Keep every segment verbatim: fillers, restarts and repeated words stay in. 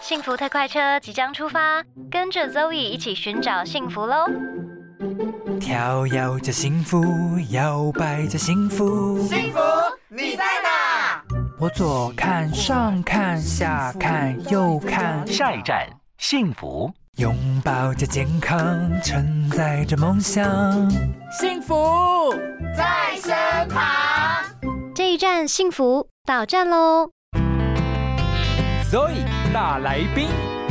幸福特快车即将出发，跟着 Zoe 一起寻找幸福喽！ 跳跃着幸福，摇摆着幸福， 幸福你在哪？ 我左看上看下看右看， 下一站幸福， 拥抱着健康，承载着梦想， 幸福在身旁。 这一站幸福到站喽 Zoe 大来宾。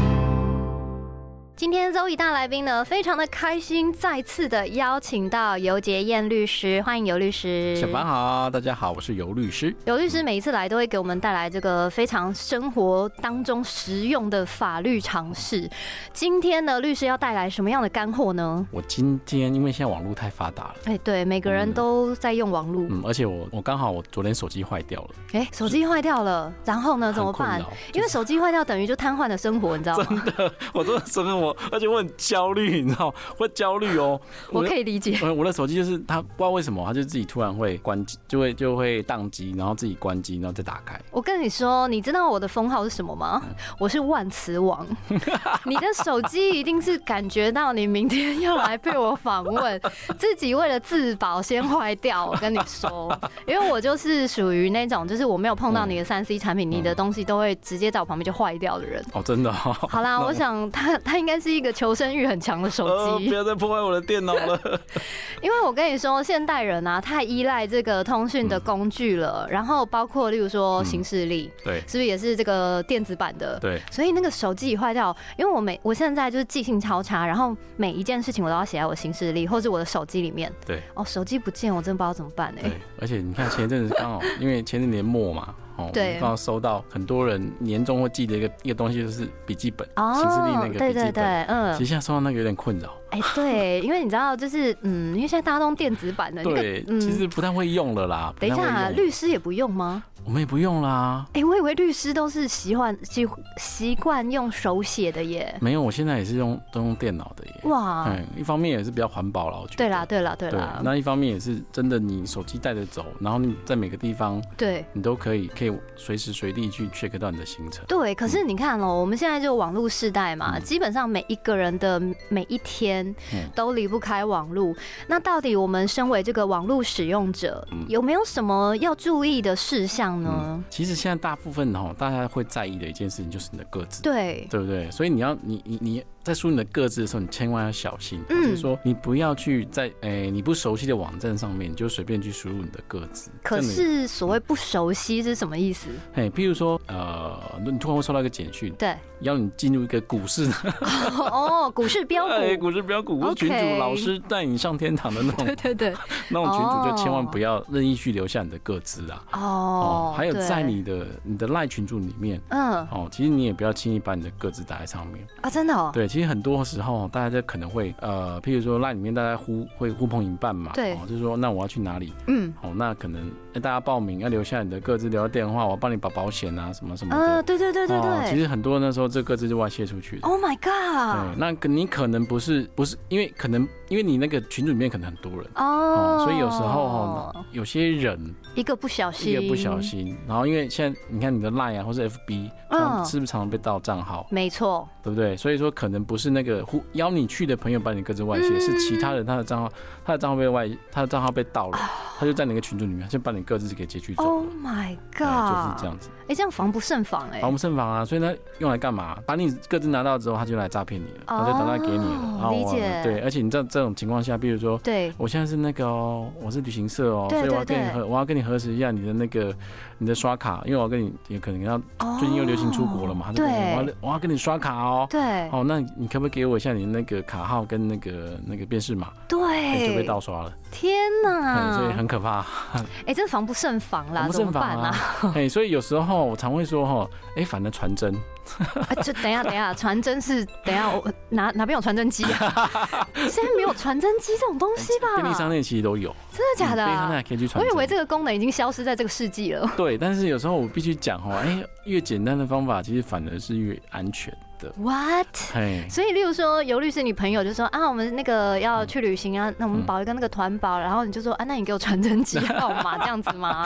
今天 Zoe 大来宾呢，非常的开心，再次的邀请到游杰燕律师，欢迎游律师。 小凡好，大家好，我是游律师。 游律师每一次来都会给我们带来这个非常生活当中实用的法律常识。今天呢，律师要带来什么样的干货呢？ 我今天因为现在网络太发达了， 哎、欸，对，每个人都在用网络， 嗯，而且我我刚好我昨天手机坏掉了， 哎、欸，手机坏掉了，然后呢怎么办？因为手机坏掉等于就瘫痪了生活，你知道吗？ 真的，我真的生活。而且我很焦虑，你知道，会焦虑哦。 我可以理解。 我的手机就是它，不知道为什么，它就自己突然会关机，就会就会宕机，然后自己关机，然后再打开。 我跟你说，你知道我的封号是什么吗？嗯、我是万磁王。你的手机一定是感觉到你明天要来被我访问，自己为了自保先坏掉。我跟你说，因为我就是属于那种，就是我没有碰到你的三 C 产品，嗯、你的东西都会直接在我旁边就坏掉的人。 哦，真的、哦。 好啦，我想他他应该是一个求生欲很强的手机、呃， 不要再破坏我的电脑了。 因为我跟你说，现代人啊，太依赖这个通讯的工具了，嗯、然后包括例如说行事历，嗯、对，是不是也是这个电子版的？ 对， 所以那个手机一坏掉，因为我每我现在就是记性超差，然后每一件事情我都要写在我行事历或是我的手机里面。 对， 哦，手机不见，我真的不知道怎么办哎、欸。 对，而且你看前一阵子刚好，因为前年年末嘛。对，刚好收到很多人年终会寄的一个一个东西，就是笔记本，行事历那个笔记本。对对对，嗯，其实现在收到那个有点困扰。 哎、欸，对，因为你知道，就是嗯，因为现在大家都用电子版的， 对，嗯、其实不太会用了啦。 等一下，律师也不用吗？ 我们也不用啦。 哎、欸，我以为律师都是习惯习习惯用手写的耶。 没有，我现在也是用都用电脑的耶。哇，嗯，一方面也是比较环保啦，我觉得。 对啦，对啦，对啦。 那一方面也是真的，你手机带着走，然后你在每个地方，对，你都可以可以随时随地去 check 到你的行程。 对，可是你看哦、喔，我们现在就网络世代嘛，嗯、基本上每一个人的每一天都离不开网络。那到底我们身为这个网络使用者，嗯、有没有什么要注意的事项？嗯、 其实现在大部分哈，大家会在意的一件事情就是你的个资， 对对不对？所以你要你你你在输你的个资的时候，你千万要小心，嗯、就是说你不要去在诶、欸、你不熟悉的网站上面，你就随便去输入你的个资。 可是所谓不熟悉是什么意思？ 嘿，譬如说呃，你突然会收到一个简讯， 对， 要你进入一个股市哦，股市标股， 哎，股市标股，或群主老师带你上天堂的那种， 对对对， 那种群主就千万不要任意去留下你的个资啊。哦。还有在你的你的赖群组里面，嗯，哦，其实你也不要轻易把你的个资打在上面啊，真的哦。 对，其实很多时候大家可能会呃，譬如说赖里面大家呼会呼朋引伴嘛，对，哦，就是说那我要去哪里，嗯，哦，那可能大家报名要留下你的个资，留下电话，我要帮你保保险啊，什么什么的， 呃，对对对对对， 哦，其实很多那时候这个资就外泄出去的。 Oh my god！ 对，那你可能不是不是因为可能因为你那个群组里面可能很多人哦，所以有时候哦，有些人一个不小心， 一个不小心。然后因为现在你看你的 Line 啊或是 F B， 嗯，是不是常常被盗账号？ 没错， 对不对？所以说可能不是那个邀你去的朋友把你个资外泄，嗯、是其他人他的账号，他的账号被外，他的账号被盗了，他就在那个群组里面就把你个资给截取走了。 Oh my god！ 就是这样子。 哎，这样防不胜防哎、欸， 防不胜防啊！所以他用来干嘛？把你个资拿到之后，他就来诈骗你了，他、oh, 就等他给你了。然后理解。 对，而且你在这种情况下，比如说，对，我现在是那个哦，我是旅行社哦，所以我要跟你核，我要跟你核实一下你的那个你的刷卡，因为我要跟你也可能要最近又流行出国了嘛，他就跟你我要我要跟你刷卡哦，对，哦，那你可不可以给我一下你那个卡号跟那个那个辨识码？对，就被盗刷了。 天哪！ 所以很可怕。 哎，这防不胜防啦， 防不胜防啊！哎，所以有时候我常会说哈，哎，反正传真。 就等一下，等一下，传真是等一下，我哪哪边有传真机啊？现在没有传真机这种东西吧？ 便利商店其实都有， 真的假的、啊？ 便利商店还可以去传真。 我以为这个功能已经消失在这个世纪了。 对，但是有时候我必须讲哈，哎，越简单的方法其实反而是越安全。 What？ 所以，例如说，游律师，你朋友就说啊，我们那个要去旅行啊，那我们保一个那个团保，然后你就说啊，那你给我传真机号码这样子吗？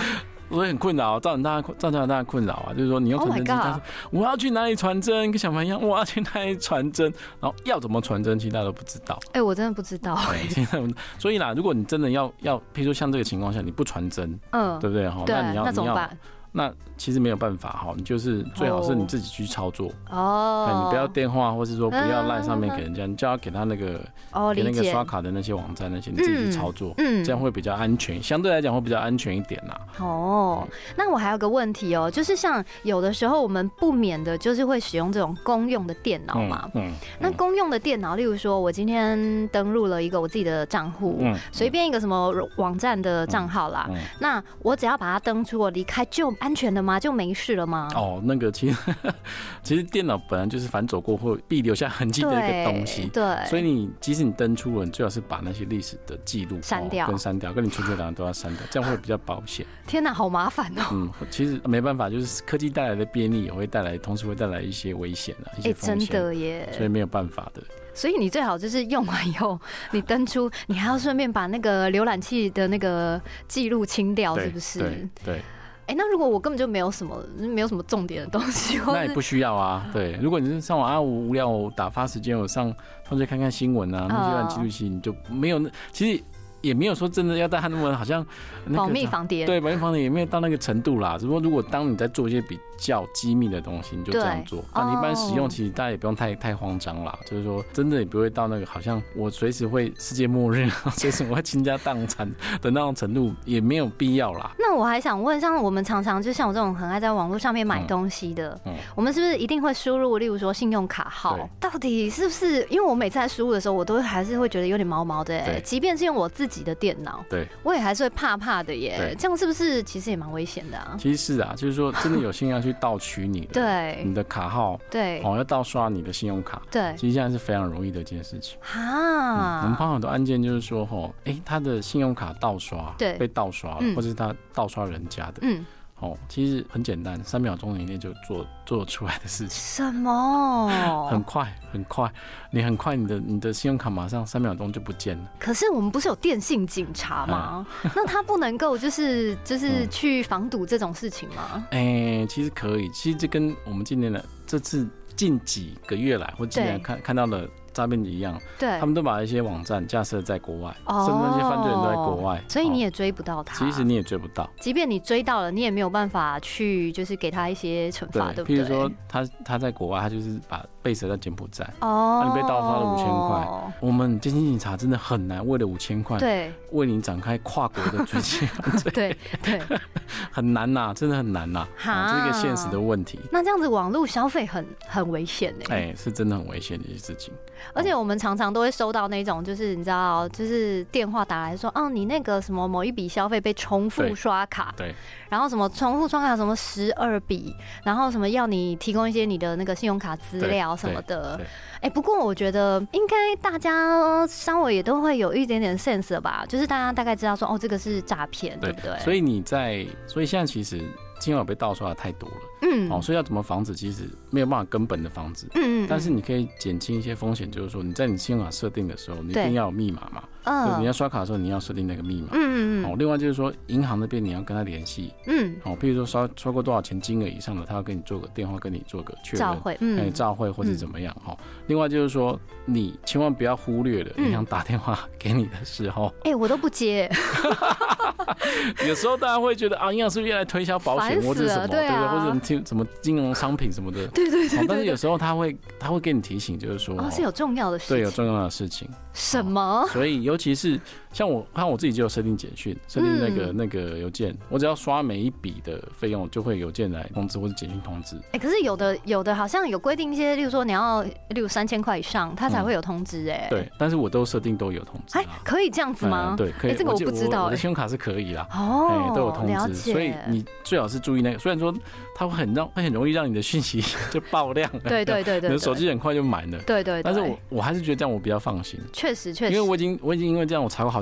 所以很困扰，造成大家造成大家困扰啊，就是说你用传真机，但是我要去哪里传真，跟小凡一样，我要去哪里传真，然后要怎么传真，其实大家都不知道。 哎、欸，我真的不知道。 对，所以啦，如果你真的要要，譬如说像这个情况下，你不传真，嗯，对不对？哈，那你要那怎么办？ 那其实没有办法哈，你就是最好是你自己去操作哦，你不要电话，或是说不要赖上面给人家，你就要给他那个哦，给那个刷卡的那些网站那些，你自己去操作，嗯，这样会比较安全，相对来讲会比较安全一点啦。 哦，那我还有个问题哦，就是像有的时候我们不免的就是会使用这种公用的电脑嘛，嗯，那公用的电脑，例如说我今天登录了一个我自己的账户，嗯，随便一个什么网站的账号啦，那我只要把它登出，我离开就安全的吗？就没事了吗？ 哦，那个其实其实电脑本来就是反走过会必留下痕迹的一个东西，对，所以你即使你登出了，你最好是把那些历史的记录删掉， 跟删掉，跟你存储档都要删掉，这样会比较保险。 天哪，好麻烦哦。 嗯，其实没办法，就是科技带来的便利也会带来，同时会带来一些危险啊，一些风险。 真的耶， 所以没有办法的。 所以你最好就是用完以后，你登出，你还要顺便把那个浏览器的那个记录清掉，是不是？ 对对。 哎、欸，那如果我根本就没有什么没有什么重点的东西， 那也不需要啊。对，如果你是上网啊，我无聊，我打发时间，我上上去看看新闻啊，那些浏览记录器你就没有那其实。也没有说真的要带他那么好像、那個、 保密防谍， 对，保密防谍也没有到那个程度啦。只不过如果当你在做一些比较机密的东西，你就这样做。那你一般使用，其实大家也不用太太慌张啦。就是说，真的也不会到那个好像我随时会世界末日，随时我会倾家荡产的那种程度，也没有必要啦。 那我还想问，像我们常常就像我这种很爱在网络上面买东西的，嗯嗯、我们是不是一定会输入，例如说信用卡号？到底是不是？因为我每次在输入的时候，我都还是会觉得有点毛毛的、欸，即便是用我自己的电脑。对，我也还是会怕怕的耶。这样是不是其实也蛮危险的啊？ 其实是啊，就是说真的有心要去盗取你的，对，你的卡号，对，哦，要盗刷你的信用卡，对，其实现在是非常容易的一件事情啊、嗯。我们碰到很多案件，就是说，吼，哎，他的信用卡盗刷，对，被盗刷了，嗯、或者是他盗刷人家的，嗯。哦，其实很简单，三秒钟以内就做做出来的事情。 什么？ 很快，很快，你很快，你的你的信用卡马上三秒钟就不见了。 可是我们不是有电信警察吗？嗯、那他不能够就是就是去防堵这种事情吗？ 哎、欸，其实可以。其实这跟我们今年的这次近几个月来，或今年看看到的。诈骗一样，对，他们都把一些网站架设在国外，哦、甚至那些犯罪人都在国外， 所以你也追不到他。 其实你也追不到， 即便你追到了，你也没有办法去就是给他一些惩罚，对不对？ 譬如说他他在国外，他就是把被蛇在柬埔寨，哦，你被盗刷了五千块，我们电信警察真的很难为了五千块，对，为你展开跨国的追击犯罪，对对，很难呐、啊，真的很难呐、啊，这是一个现实的问题。 那这样子网络消费很很危险呢、 欸，哎、欸，是真的很危险的一件事情。 而且我们常常都会收到那种，就是你知道，就是电话打来说，哦，你那个什么某一笔消费被重复刷卡，对，然后什么重复刷卡什么十二笔，然后什么要你提供一些你的那个信用卡资料什么的。哎、欸，不过我觉得应该大家稍微也都会有一点点 sense 了吧，就是大家大概知道说，哦，这个是诈骗，对不对？ 所以你在，所以现在其实金融被盗刷的太多了。嗯，哦，所以要怎么防止，其实没有办法根本的防止。嗯嗯。但是你可以减轻一些风险，就是说你在你信用卡设定的时候，你一定要有密码嘛。嗯。你要刷卡的时候，你要设定那个密码。嗯嗯嗯。哦，另外就是说，银行那边你要跟他联系。嗯。哦，譬如说刷刷过多少钱金额以上的，他要跟你做个电话，跟你做个确认。照会。嗯。照会或是怎么样哈、嗯？另外就是说，你千万不要忽略了银行打电话给你的时候。 哎、欸，我都不接。 有时候大家会觉得啊，银行是不是要来推销保险或者什么，对不对？或者听什么金融商品什么的， 对对 对, 對。 但是有时候他会他会给你提醒，就是说， 哦，是有重要的事情， 对，有重要的事情。 什么？ 所以尤其是像我看我自己就有设定简讯，设定那个、嗯、那个邮件，我只要刷每一笔的费用，就会邮件来通知或者简讯通知。 哎、欸，可是有的有的好像有规定一些，例如说你要，例如三千块以上，它才会有通知、欸。哎、嗯， 对，但是我都设定都有通知、啊。哎、 欸，可以这样子吗？ 嗯、对，可以。 欸、这个我不知道、欸。 我的信用卡是可以啦，哦、欸，都有通知，所以你最好是注意那个。虽然说它会很让会很容易让你的讯息就爆量， 对对对对， 你的手机很快就满了， 对 对, 對。 但是我我还是觉得这样我比较放心。 确实确实， 因为我已经我已经因为这样我查过好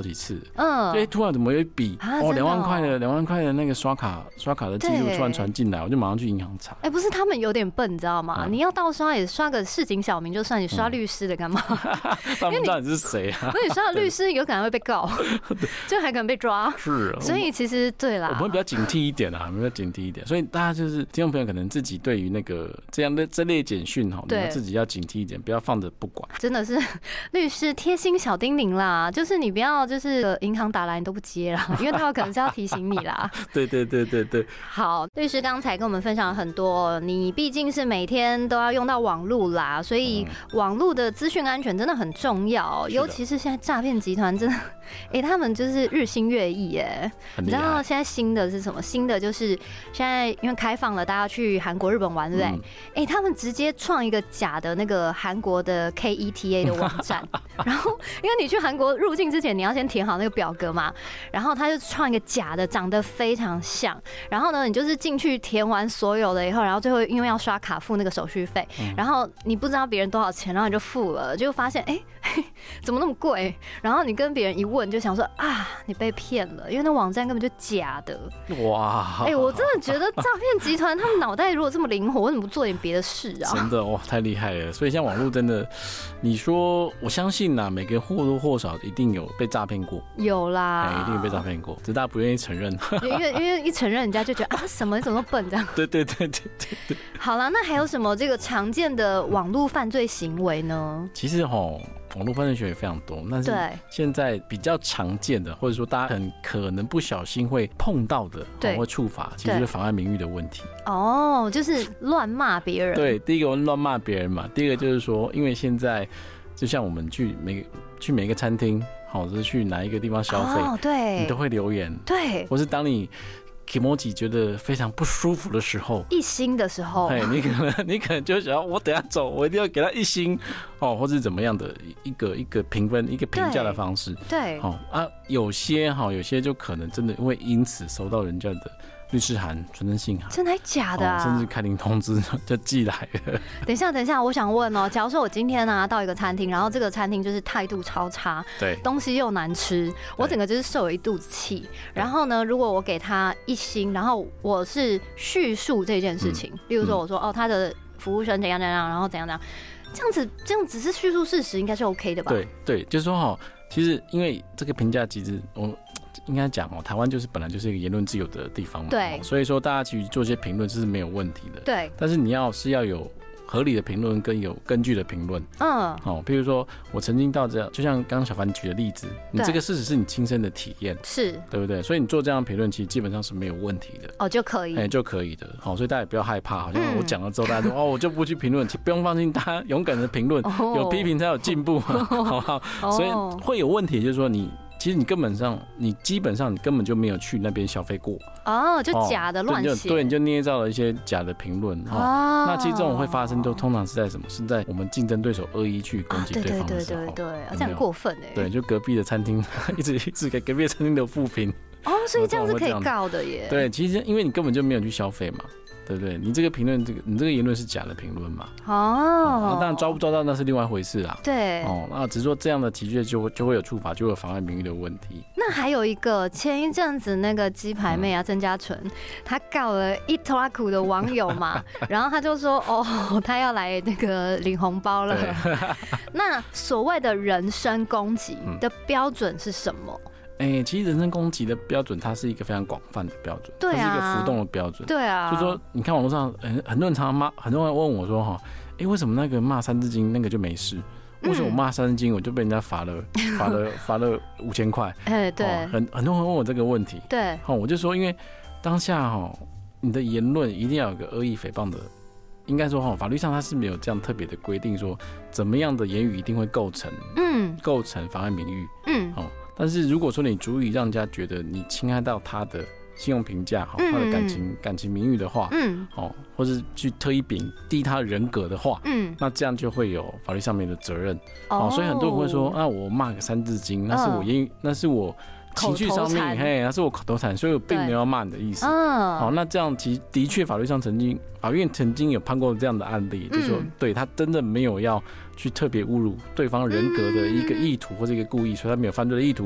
几次，嗯，对，突然怎么有一笔哦两万块的两万块的那个刷卡刷卡的记录突然传进来，我就马上去银行查。 哎，不是他们有点笨，你知道吗？你要盗刷也刷个市井小民就算，你刷律师的干嘛？ 他们不知道你是谁啊？ 那你刷律师有可能会被告，就还可能被抓。 是， 所以其实对啦， 我们比较警惕一点啊，比较警惕一点。所以大家就是听众朋友，可能自己对于那个这样的这类简讯哈，你们自己要警惕一点，不要放着不管。 真的是律师贴心小叮咛啦，就是你不要就是银行打来你都不接啦，因为他有可能是要提醒你啦。 对对对对对。 好，律师刚才跟我们分享了很多，你毕竟是每天都要用到网络啦，所以网络的资讯安全真的很重要，尤其是现在诈骗集团真的，哎、欸，他们就是日新月异哎。你知道现在新的是什么？新的就是现在因为开放了，大家去韩国、日本玩，对不对？哎、嗯欸，他们直接创一个假的那个韩国的 K E T A 的网站，然后因为你去韩国入境之前，你要先填好那个表格嘛，然后他就创一个假的，长得非常像，然后呢，你就是进去填完所有的以后，然后最后因为要刷卡付那个手续费，然后你不知道别人多少钱，然后你就付了，就发现哎、欸，怎么那么贵？然后你跟别人一问，就想说啊，你被骗了，因为那网站根本就假的。哇！哎、欸，我真的觉得诈骗集团他们脑袋如果这么灵活，为什么不做点别的事啊？ 真的哇，太厉害了！所以像网络真的，你说我相信呐、啊，每个人或多或少一定有被诈骗过， 有啦， 哎、欸，一定有被诈骗过，只是大家不愿意承认。 因为因为一承认，人家就觉得啊，什么你怎么那么笨这样？ 对对对对对对。 好啦，那还有什么这个常见的网络犯罪行为呢？ 其实哈。网络犯罪行为也非常多，但是现在比较常见的，或者说大家很可能不小心会碰到的，对，会触法，其实是妨碍名誉的问题。 哦，就是乱骂别人。 对，第一个乱骂别人嘛，第二个就是说，因为现在就像我们去每去每一个餐厅，或者是去哪一个地方消费，哦，对，你都会留言， 对， 或是当你kimoji 觉得非常不舒服的时候， 一星的时候， 你可能你可能就想要我等下走，我一定要给他一星哦，或是怎么样的一个一个评分、一个评价的方式。 对， 哦啊，有些哈，有些就可能真的会因此收到人家的律师函、传真信函， 真的还假的、啊哦？甚至开庭通知就寄来了。 等一下，等一下，我想问哦，假如说我今天呢、啊、到一个餐厅，然后这个餐厅就是态度超差， 对， 东西又难吃，我整个就是受了一肚子气。然后呢，如果我给他一星，然后我是叙述这件事情，嗯、例如说我说、嗯、哦，他的服务生怎样怎样，然后怎样怎样，这样子这样只是叙述事实，应该是 OK 的吧？ 对对，就是说哈，其实因为这个评价机制，我。应该讲哦，台湾就是本来就是一个言论自由的地方嘛， 对， 所以说大家其实做一些评论这是没有问题的， 对。 但是你要是要有合理的评论跟有根据的评论，嗯，哦，比如说我曾经到这样，就像刚刚小凡举的例子，你这个事实是你亲身的体验， 是对不对？所以你做这样的评论，其实基本上是没有问题的， 哦，就可以， 哎、欸，就可以的，好，所以大家也不要害怕，好像我讲了之后，大家说、嗯、哦，我就不去评论，不用放心，大家勇敢的评论，哦、有批评才有进步，好不好？哦、所以会有问题，就是说你。其实你根本上，你基本上你根本就没有去那边消费过哦，就假的乱写， 对，你就捏造了一些假的评论哦。那其实这种会发生，都通常是在什么？是在我们竞争对手恶意去攻击对方的时候， 对对对对对，这样过分哎。 对，就隔壁的餐厅一直一直给隔壁的餐厅留负评哦，所以这样是可以告的耶。 对，其实因为你根本就没有去消费嘛。对不对？你这个评论，这个你这个言论是假的评论嘛？哦，那当然抓不抓到那是另外一回事啦。 对， 哦，那只是说这样的的确就会就会有处罚，就会有妨碍名誉的问题。 那还有一个，前一阵子那个鸡排妹啊，曾家纯，她告了一拖拉苦的网友嘛，然后他就说，哦，他要来那个领红包了。那所谓的人身攻击的标准是什么？ 哎、欸，其实人身攻击的标准，它是一个非常广泛的标准，对啊，它是一个浮动的标准， 对啊。 就说你看网络上很很多人常常骂，很多人问我说哈，哎、欸，为什么那个骂三字经那个就没事？为什么我骂三字经我就被人家罚了罚了罚了五千块？哎，对，哦、很很多人问我这个问题， 对， 好，我就说，因为当下哈，你的言论一定要有个恶意诽谤的。应该说哈，法律上它是没有这样特别的规定，说怎么样的言语一定会构成，嗯，构成妨碍名誉，嗯，哦。但是如果说你足以让人家觉得你侵害到他的信用评价，他的感情、嗯、感情名誉的话，嗯，哦，或是去特意贬低他人格的话，嗯，那这样就会有法律上面的责任，哦，所以很多人会说，那我骂个三字经，那是我言语，那是我情绪上面，嘿，那是我口头禅，所以我并没有要骂你的意思，嗯，好，那这样其实的确法律上曾经，法院曾经有判过这样的案例，嗯、就是说对他真的没有要去特别侮辱对方人格的一个意图或者一个故意，所以他没有犯罪的意图。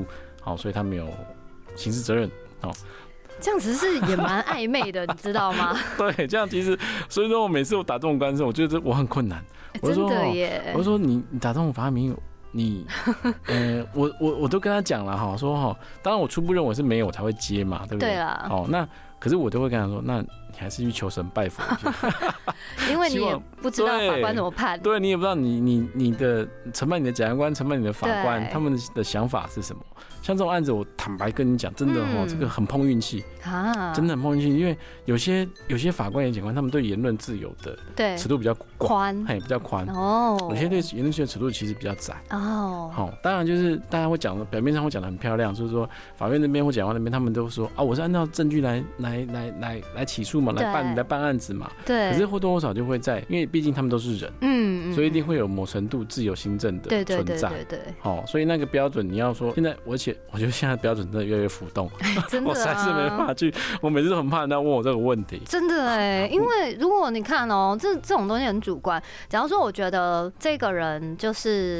好，所以他没有刑事责任，好。 这样子是也蛮暧昧的，你知道吗？ 对，这样其实，所以说我每次我打这种官司，我觉得我很困难。我真的耶！ 我说你你打这种法名，你呃，我我我都跟他讲了哈，说哈，当然我初步认为是没有我才会接嘛，对不对？ 对啦。 哦，那可是我都会跟他说，那你还是去求神拜佛一下， 因为你也不知道法官怎么判， 对你也不知道你你你的承办你的检察官、承办你的法官他们的想法是什么。像这种案子，我坦白跟你讲，真的哦，嗯、这个很碰运气啊，真的很碰运气，因为有些有些法官、检察官，他们对言论自由的尺度比较宽，嘿，比较宽哦。有些对言论自由尺度其实比较窄哦。好、哦，当然就是大家会讲的，表面上会讲的很漂亮，就是说法院那边或检察官那边，他们都说啊，我是按照证据来来来来来起诉嘛，来办来办案子嘛。对。可是或多或少就会在，因为毕竟他们都是人，嗯，所以一定会有某程度自由心证的存在。对对对对对。好、哦，所以那个标准你要说，现在而且。我觉得现在标准真的越来越浮动， 真的、啊， 我实在是没办法去。我每次都很怕人家问我这个问题。 真的哎、欸，因为如果你看哦、喔，这这种东西很主观。假如说我觉得这个人就是，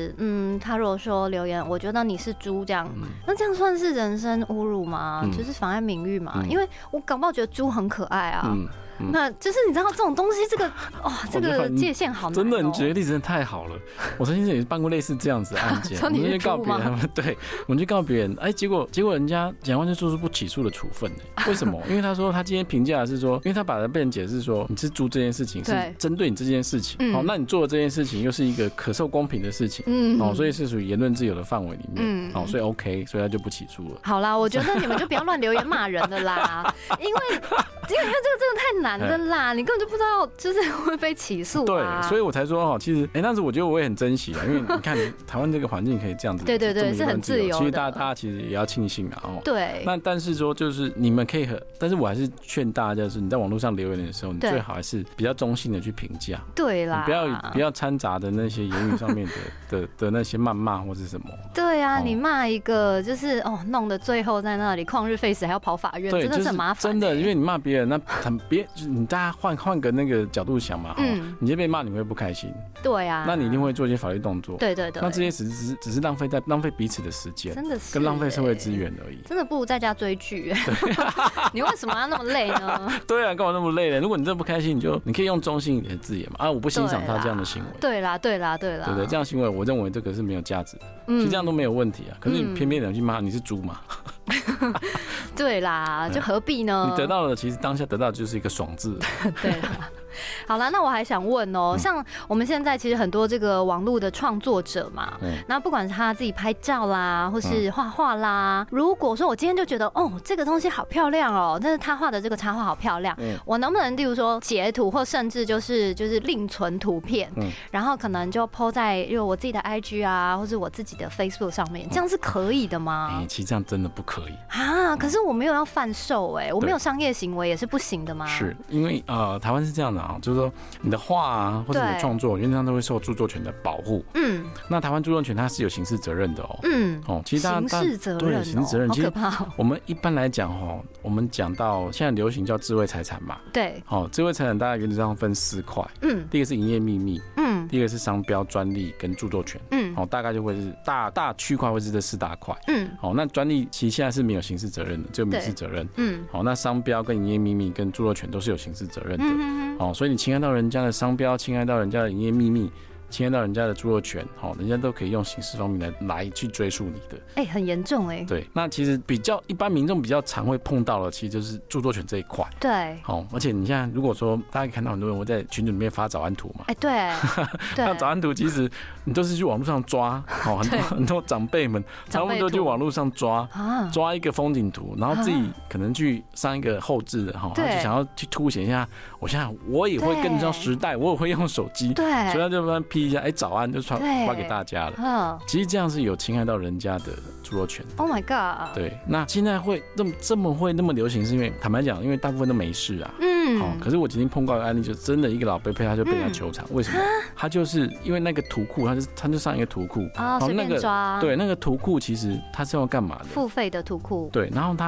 嗯，他如果说留言，我觉得你是猪这样，嗯、那这样算是人身侮辱吗？嗯、就是妨碍名誉嘛？嗯、因为我搞不好觉得猪很可爱啊。嗯嗯、那就是你知道这种东西，这个哇、哦，这个界限好难、喔。 真的，你举的例子真的太好了。我曾经也办过类似这样子的案件，我们去告别人，对，我们去告别人，哎，结果结果人家检察官就做出不起诉的处分呢？为什么？因为他说他今天评价的是说，因为他把他被人解释说你是猪这件事情是针对你这件事情，好、嗯，那你做的这件事情又是一个可受公平的事情，嗯，哦，所以是属于言论自由的范围里面，嗯，哦，所以 OK， 所以他就不起诉了。 好啦，我觉得你们就不要乱留言骂人的啦，因为因为因为这个真的太难的啦，你根本就不知道就是会被起诉、啊。 对，所以我才说哦，其实哎、欸，那时我觉得我也很珍惜啊，因为你看台湾这个环境可以这样子，对对对，是很自由。其实大家大家其实也要庆幸啊，哦，对。那但是说就是你们可以和，但是我还是劝大家，就是你在网络上留言的时候，你最好还是比较中性的去评价，对啦，你不要不要掺杂的那些言语上面的的的那些谩骂或是什么。 对啊，哦、你骂一个就是哦，弄得最后在那里旷日费时还要跑法院，真的是很麻烦、欸。 真的，因为你骂别人，那很别，你大家换换个那个角度想嘛，嗯，你被骂你会不开心，对啊，那你一定会做一些法律动作，对对对，那这些只是只是浪费在浪费彼此的时间，真的是跟浪费社会资源而已， 真的不如在家追剧。你为什么要那么累呢？ 对啊，干嘛那么累呢？如果你真的不开心，你就你可以用中性一点的字眼嘛，啊，我不欣赏他这样的行为， 对啦对啦对啦， 对不对？这样行为我认为这个是没有价值的，嗯，其实这样都没有问题啊，可是你偏偏想去骂你是猪嘛。 对啦，就何必呢？ 你得到的其实当下得到的就是一个爽字。 对啦。好啦，那我还想问哦、喔，嗯、像我们现在其实很多这个网络的创作者嘛，嗯、那不管是他自己拍照啦，或是画画啦，嗯、如果说我今天就觉得哦，这个东西好漂亮哦，但是他画的这个插画好漂亮，嗯、我能不能例如说截图，或甚至就是就是另存图片，嗯、然后可能就 po 在因为我自己的 I G 啊，或是我自己的 Facebook 上面，这样是可以的吗？ 哎、欸，其实这样真的不可以啊！可是我没有要贩售哎、欸，我没有商业行为也是不行的吗？ 是因为呃，台湾是这样的啊，就是说你的画啊，或者你的创作，原则上都会受著作权的保护。嗯，那台湾著作权它是有刑事责任的哦。嗯，哦，其实大家刑事责任、哦， 对刑事责任， 好可怕、哦。 我们一般来讲哦，我们讲到现在流行叫智慧财产嘛。 对。 哦，智慧财产大概原则上分四块。嗯。第一个是营业秘密。嗯。第一个是商标、专利跟著作权。嗯。哦，大概就会是大大区块会是这四大块。嗯。好、哦，那专利其实现在是没有刑事责任的，只有民事责任。嗯。好、哦，那商标跟营业秘密跟著作权都是有刑事责任的。嗯。哦，所以你侵害到人家的商标，侵害到人家的营业秘密，侵害到人家的著作权，好，人家都可以用刑事方面来来去追诉你的。 哎、欸，很严重哎、欸。 对，那其实比较一般民众比较常会碰到的，其实就是著作权这一块。对，好，而且你现在如果说大家可以看到很多人会在群组里面发早安图嘛，哎、欸，对，那早安图其实你都是去网络上抓，哦，很多很多长辈们，他们都去网络上抓，抓一个风景图，然后自己可能去上一个后置的哈，就想要去凸显一下，我现在我也会跟得上时代，我也会用手机，对，所以他就慢慢 P 一下，哎、欸，早安就传发给大家了。其实这样是有侵害到人家的著作权。 Oh my god！ 对， 那现在会这么这么会那么流行，是因为坦白讲，因为大部分都没事啊。嗯。好，可是我曾经碰到一个案例，就真的一个老伯伯，他就被人家求偿，嗯、为什么？他就是因为那个图库，他就他就上一个图库， 哦，随便抓。 对，那个图库其实他是要干嘛的？ 付费的图库。 对，然后他。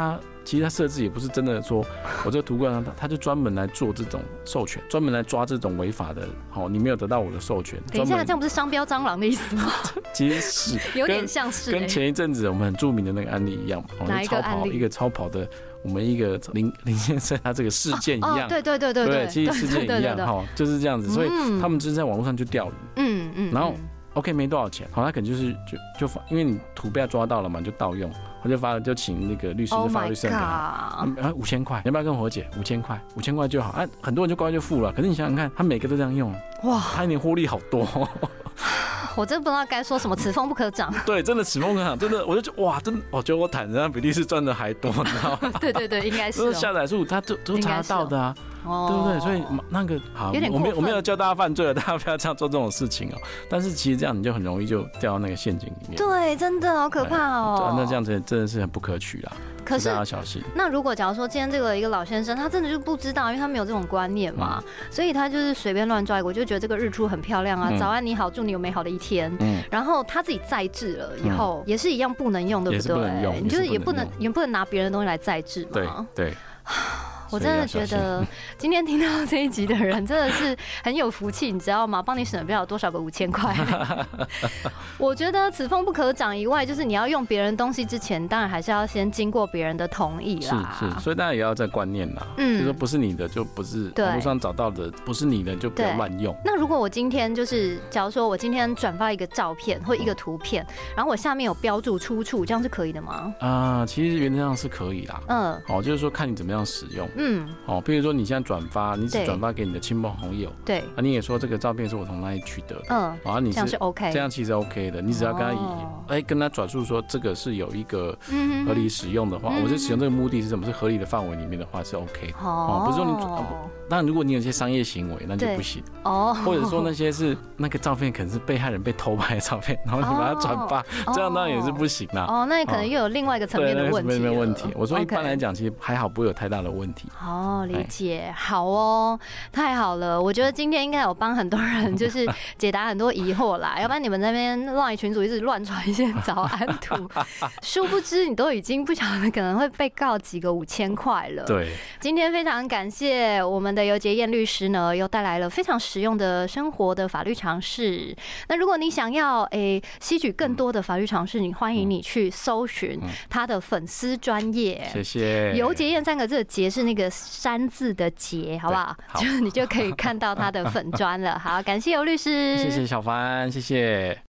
其实他设置也不是真的说，我这个图官他他就专门来做这种授权，专门来抓这种违法的，好，你没有得到我的授权。 等一下，这样不是商标蟑螂的意思吗？ 其实是有点像是、欸， 跟前一阵子我们很著名的那个案例一样， 哪一个案例？ 一个超跑的。我们一个林林先生他这个事件一样， 哦、对对对对 对, 对，其实事件一样哈，就是这样子，所以他们就是在网络上就钓鱼，嗯嗯，然后 OK 没多少钱，好，他可能就是就就发，因为你图被他抓到了嘛，就盗用，他就发了就请那个律师就发律师给他，啊五千块，要不要跟我和解？五千块，五千块就好，啊，很多人就乖乖就付了，可是你想想看，他每个都这样用，哇，他一年获利好多。 我真不知道该说什么，此风不可长。 对，真的此风不可长，真的，我就觉得哇，真的，我觉得我坦然比律师赚的还多，你知道吗？ 对对对，应该是、 喔。下载数他都都查得到的啊，哦、对不对？所以那个好，我没有我没有教大家犯罪了，大家不要这样做这种事情哦、喔。但是其实这样你就很容易就掉到那个陷阱里面。 对，真的好可怕哦、喔。 那这样子真的是很不可取啦。 可是大家小心。 那如果假如说今天这个一个老先生，他真的就不知道，因为他没有这种观念嘛，嗯、所以他就是随便乱抓一个，我就觉得这个日出很漂亮啊，嗯、早安你好，祝你有美好的一天。嗯，然后他自己再制了以后，嗯、也是一样不能用，对不对？ 也是不能用， 你就是也不能也不能拿别人的东西来再制嘛。 对对。 我真的觉得今天听到这一集的人真的是很有福气，你知道吗？帮你省了不了多少个五千块。我觉得此风不可长以外，就是你要用别人东西之前，当然还是要先经过别人的同意啦。 是是，所以大家也要在观念啦，嗯，就说不是你的就不是，网络上找到的不是你的就不要乱用。 那如果我今天就是，假如说我今天转发一个照片或一个图片，然后我下面有标注出处，这样是可以的吗？ 啊、呃，其实原则上是可以啦。嗯，好，就是说看你怎么样使用。嗯，好，比如说你现在转发，你只转发给你的亲朋好友，对，啊，你也说这个照片是我从哪里取得的，嗯，啊，你是这样是 OK， 这样其实 OK 的，你只要跟他以，哎、欸，跟他转述说这个是有一个合理使用的话，嗯、我就使用这个目的是什么？是合理的范围里面的话是 OK 的，哦，不是说你转，当然如果你有一些商业行为，那就不行，哦，或者说那些是那个照片可能是被害人被偷拍的照片，然后你把它转发，哦、这样当然也是不行啦， 哦，那可能又有另外一个层面的问题， 没有问题。我说一般来讲，其实还好，不会有太大的问题。 哦，理解，好哦，太好了，我觉得今天应该有帮很多人就是解答很多疑惑啦，要不然你们那边LINE群组一直乱传一些早安图，殊不知你都已经不晓得可能会被告几个五千块了。 对， 今天非常感谢我们的游杰燕律师呢，又带来了非常实用的生活的法律常识。那如果你想要诶吸取更多的法律常识，你欢迎你去搜寻他的粉丝专页。 谢谢。 游杰燕三个字的杰是那个山字的杰，好不好？好，就你就可以看到他的粉专了。好，感谢游律师， 谢谢小帆，谢谢。